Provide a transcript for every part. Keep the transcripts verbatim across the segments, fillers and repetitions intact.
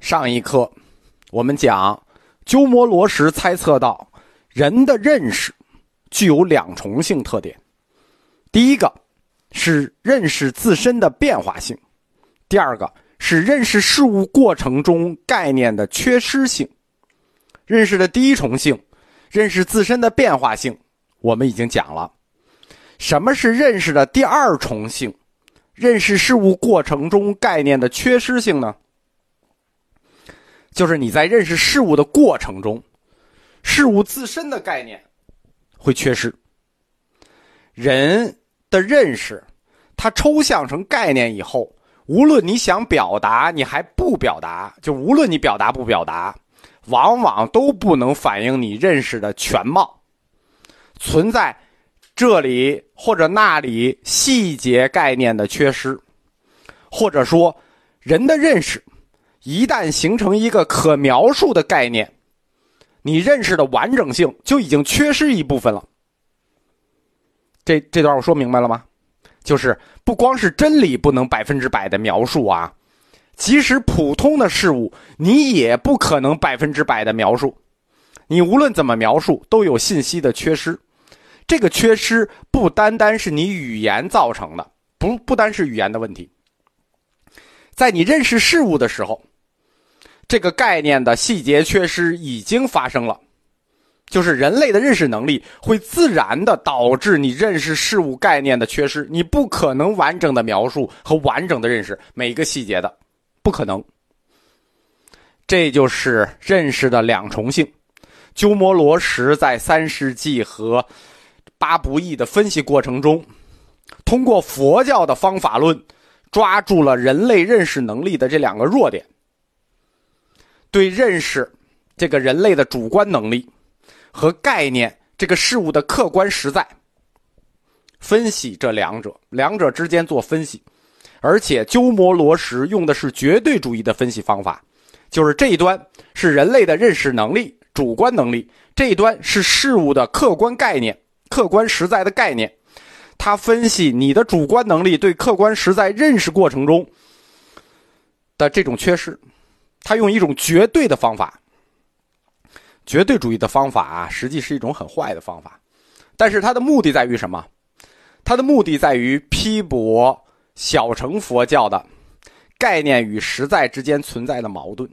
上一课我们讲鸠摩罗什猜测到人的认识具有两重性特点，第一个是认识自身的变化性，第二个是认识事物过程中概念的缺失性。认识的第一重性，认识自身的变化性，我们已经讲了。什么是认识的第二重性，认识事物过程中概念的缺失性呢？就是你在认识事物的过程中，事物自身的概念会缺失。人的认识它抽象成概念以后，无论你想表达你还不表达，就无论你表达不表达，往往都不能反映你认识的全貌，存在这里或者那里细节概念的缺失。或者说人的认识一旦形成一个可描述的概念，你认识的完整性就已经缺失一部分了。这这段我说明白了吗？就是不光是真理不能百分之百的描述啊，即使普通的事物你也不可能百分之百的描述，你无论怎么描述都有信息的缺失。这个缺失不单单是你语言造成的，不不单是语言的问题。在你认识事物的时候，这个概念的细节缺失已经发生了，就是人类的认识能力会自然的导致你认识事物概念的缺失，你不可能完整的描述和完整的认识每一个细节的，不可能。这就是认识的两重性。鸠摩罗什在三世纪和八不义的分析过程中，通过佛教的方法论抓住了人类认识能力的这两个弱点，对认识这个人类的主观能力和概念这个事物的客观实在分析，这两者两者之间做分析。而且鸠摩罗什用的是绝对主义的分析方法，就是这一端是人类的认识能力主观能力，这一端是事物的客观概念客观实在的概念。他分析你的主观能力对客观实在认识过程中的这种缺失，他用一种绝对的方法。绝对主义的方法啊，实际是一种很坏的方法，但是它的目的在于什么？它的目的在于批驳小乘佛教的概念与实在之间存在的矛盾。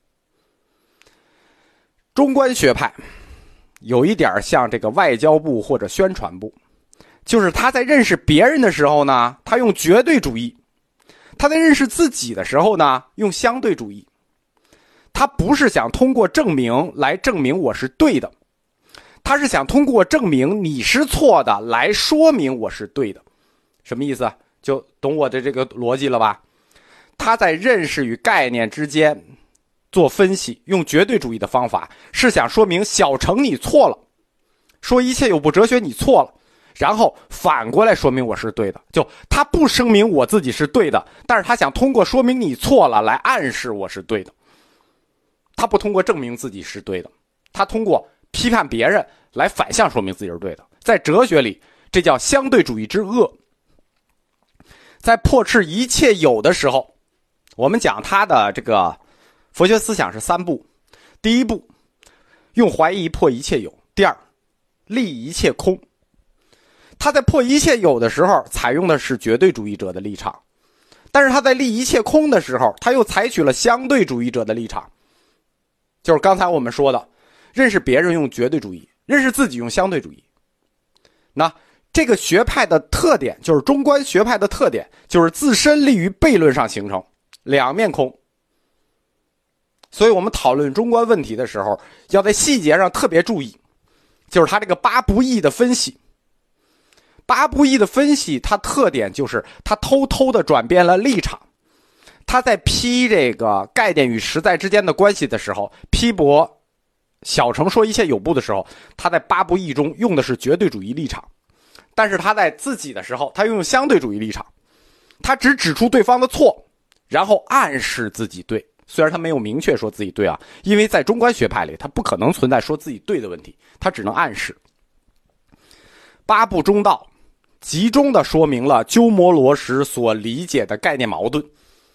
中观学派有一点像这个外交部或者宣传部，就是他在认识别人的时候呢，他用绝对主义；他在认识自己的时候呢，用相对主义。他不是想通过证明来证明我是对的，他是想通过证明你是错的来说明我是对的。什么意思？就懂我的这个逻辑了吧？他在认识与概念之间做分析，用绝对主义的方法，是想说明小乘你错了，说一切有部哲学你错了，然后反过来说明我是对的。就他不声明我自己是对的，但是他想通过说明你错了来暗示我是对的。他不通过证明自己是对的，他通过批判别人来反向说明自己是对的。在哲学里，这叫相对主义之恶。在破斥一切有的时候，我们讲他的这个佛学思想是三步。第一步，用怀疑破一切有；第二，立一切空。他在破一切有的时候采用的是绝对主义者的立场，但是他在立一切空的时候，他又采取了相对主义者的立场。就是刚才我们说的，认识别人用绝对主义，认识自己用相对主义。那这个学派的特点，就是中观学派的特点，就是自身立于悖论上形成，两面空。所以我们讨论中观问题的时候，要在细节上特别注意，就是他这个八不义的分析。八不义的分析，它特点就是他偷偷的转变了立场。他在批这个概念与实在之间的关系的时候，批驳小乘说一切有部的时候，他在八不义中用的是绝对主义立场，但是他在自己的时候，他用相对主义立场。他只指出对方的错，然后暗示自己对。虽然他没有明确说自己对啊，因为在中观学派里，他不可能存在说自己对的问题，他只能暗示。八部中道集中的说明了鸠摩罗什所理解的概念矛盾。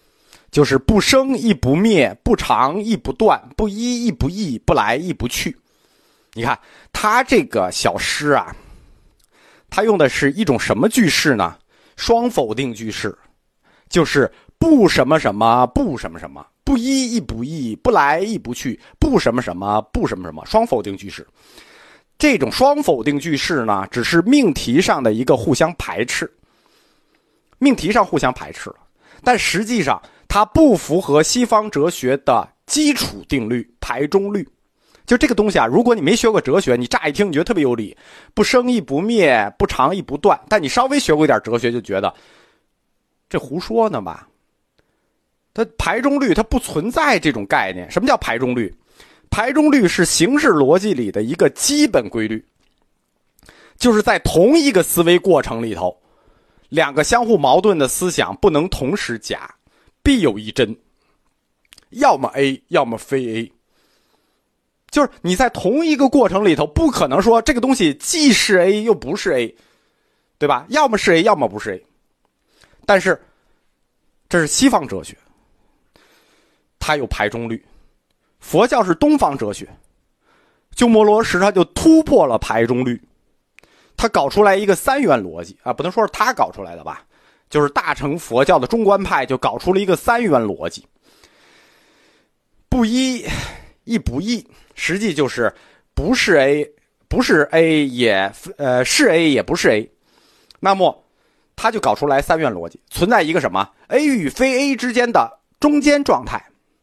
就是不生亦不灭，不长亦不断，不一亦不异，不来亦不去。你看他这个小诗啊，他用的是一种什么句式呢？双否定句式，就是不什么什么，不什么什么，不一亦不异，不来亦不去，不什么什么，不什么什么，双否定句式。这种双否定句式呢，只是命题上的一个互相排斥，命题上互相排斥了，但实际上它不符合西方哲学的基础定律排中律。就这个东西啊，如果你没学过哲学，你乍一听你觉得特别有理，不生亦不灭，不长亦不断，但你稍微学过一点哲学就觉得这胡说呢吧。它排中律它不存在这种概念。什么叫排中律？排中律是形式逻辑里的一个基本规律，就是在同一个思维过程里头，两个相互矛盾的思想不能同时假，必有一真，要么 A 要么非 A。 就是你在同一个过程里头不可能说这个东西既是 A 又不是 A， 对吧？要么是 A 要么不是 A。 但是这是西方哲学，它有排中律。佛教是东方哲学，鸠摩罗什他就突破了排中律，他搞出来一个三元逻辑啊，不能说是他搞出来的吧，就是大乘佛教的中观派就搞出了一个三元逻辑，不一亦不异，实际就是不是 A 不是 A 也呃是 A 也不是 A。 那么他就搞出来三元逻辑，存在一个什么 A 与非 A 之间的中间状态，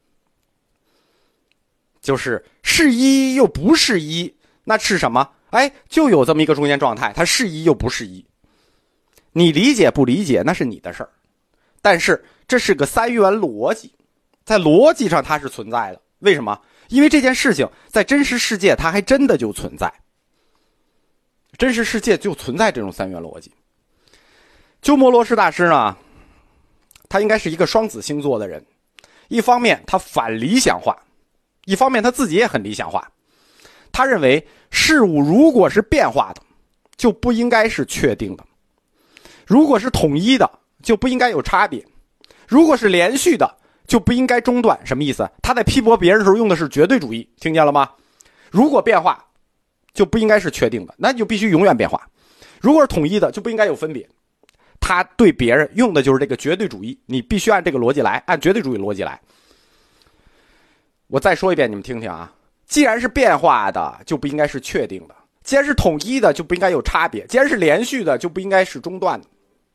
就是是一又不是一，那是什么？哎，就有这么一个中间状态，它是一又不是一。你理解不理解那是你的事儿，但是这是个三元逻辑，在逻辑上它是存在的。为什么？因为这件事情在真实世界它还真的就存在，真实世界就存在这种三元逻辑。鸠摩罗什大师呢，他应该是一个双子星座的人，一方面他反理想化，一方面他自己也很理想化。他认为事物如果是变化的就不应该是确定的，如果是统一的就不应该有差别，如果是连续的就不应该中断。什么意思？他在批驳别人的时候用的是绝对主义，听见了吗？如果变化就不应该是确定的，那就必须永远变化。如果是统一的就不应该有分别。他对别人用的就是这个绝对主义，你必须按这个逻辑来，按绝对主义逻辑来。我再说一遍你们听听啊，既然是变化的就不应该是确定的，既然是统一的就不应该有差别，既然是连续的就不应该是中断的。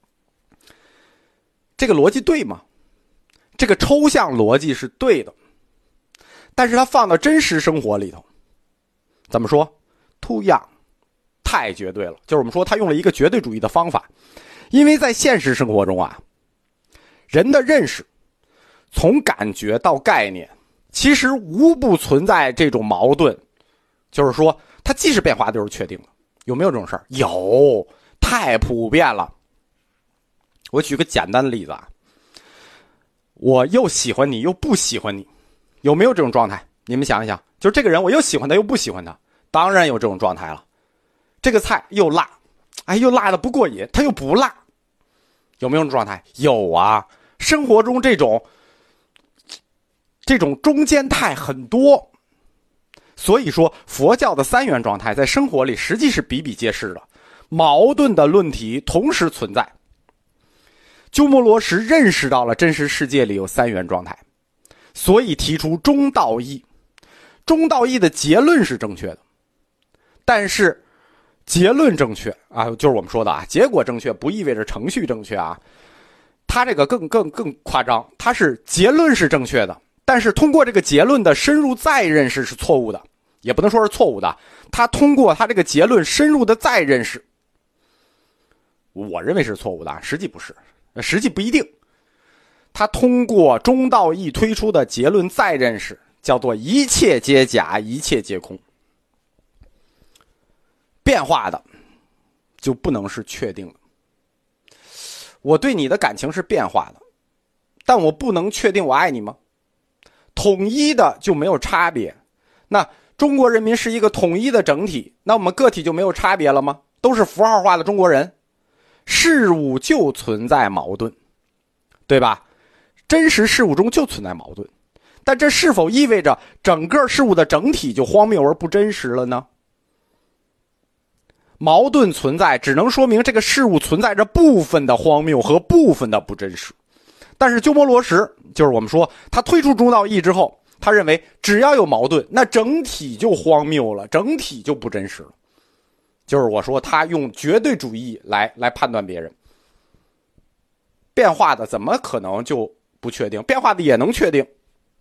这个逻辑对吗？这个抽象逻辑是对的，但是它放到真实生活里头怎么说？ too young， 太绝对了。就是我们说他用了一个绝对主义的方法。因为在现实生活中啊，人的认识从感觉到概念其实无不存在这种矛盾，就是说它既是变化就是确定的。有没有这种事儿？有，太普遍了。我举个简单的例子啊，我又喜欢你又不喜欢你，有没有这种状态？你们想一想，就是这个人我又喜欢他又不喜欢他，当然有这种状态了。这个菜又辣，哎，又辣的不过瘾，他又不辣，有没有这种状态？有啊，生活中这种这种中间态很多。所以说佛教的三元状态在生活里实际是比比皆是的，矛盾的论题同时存在。鸠摩罗什认识到了真实世界里有三元状态，所以提出中道义。中道义的结论是正确的，但是结论正确啊，就是我们说的啊，结果正确不意味着程序正确啊。他这个更更更夸张，他是结论是正确的，但是通过这个结论的深入再认识是错误的，也不能说是错误的。他通过他这个结论深入的再认识，我认为是错误的，实际不是，实际不一定。他通过中道义推出的结论再认识，叫做一切皆假，一切皆空。变化的就不能是确定的。我对你的感情是变化的，但我不能确定我爱你吗？统一的就没有差别。那中国人民是一个统一的整体，那我们个体就没有差别了吗？都是符号化的中国人，事物就存在矛盾，对吧？ 真实事物中就存在矛盾，但这是否意味着整个事物的整体就荒谬而不真实了呢？矛盾存在只能说明这个事物存在着部分的荒谬和部分的不真实。但是鸠摩罗什，就是我们说他推出中道义之后，他认为只要有矛盾，那整体就荒谬了，整体就不真实了。就是我说他用绝对主义来来判断别人，变化的怎么可能就不确定？变化的也能确定。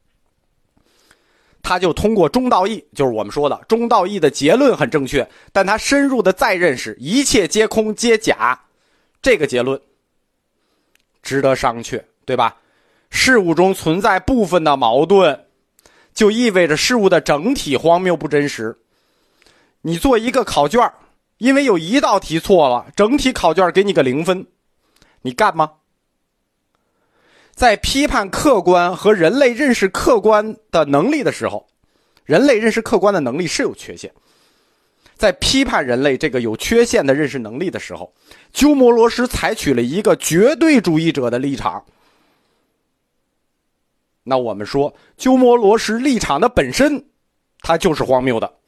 他就通过中道义，就是我们说的中道义的结论很正确，但他深入的再认识一切皆空皆假，这个结论值得商榷，对吧？事物中存在部分的矛盾，就意味着事物的整体荒谬不真实。你做一个考卷，因为有一道题错了，整体考卷给你个零分，你干吗？在批判客观和人类认识客观的能力的时候，人类认识客观的能力是有缺陷。在批判人类这个有缺陷的认识能力的时候，鸠摩罗什采取了一个绝对主义者的立场。那我们说鸠摩罗什立场的本身它就是荒谬的，